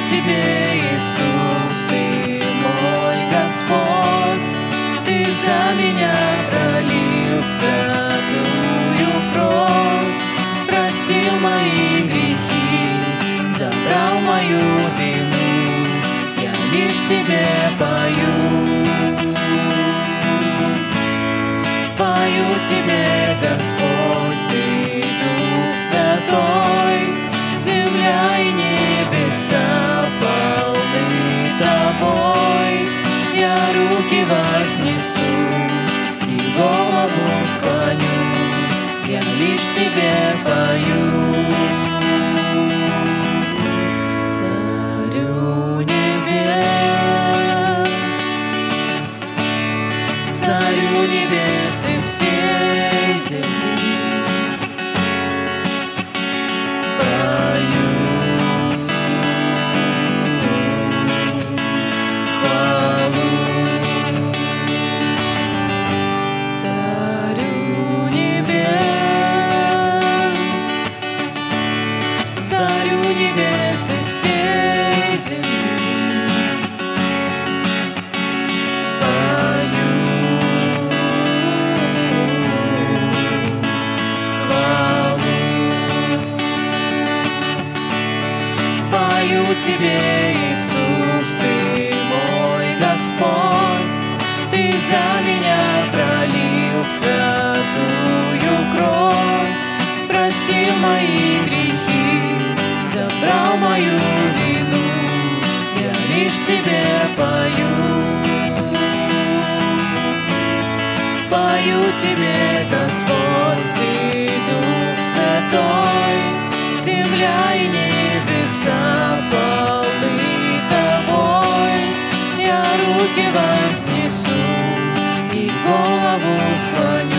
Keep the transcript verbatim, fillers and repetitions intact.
Тебе, Иисус, Ты мой Господь, Ты за меня пролил святую кровь, простил мои грехи, забрал мою вину, я лишь Тебе пою. Пою Тебе, Господь, Ты Дух Святой, земля и небеса полны Тобой. Я руки вознесу и голову склоню, я лишь Тебе пою. Царю небес, Царю небес и всей земли, Царю небес и всей земли, пою хвалу. Пою Тебе, Иисус, Ты мой Господь, Ты за меня пролил святую кровь, простил мои грехи, забрал мою вину, я лишь Тебе пою. Пою Тебе, Господь, Ты Дух Святой, земля и небеса полны Тобой. Я руки вознесу и голову склоню,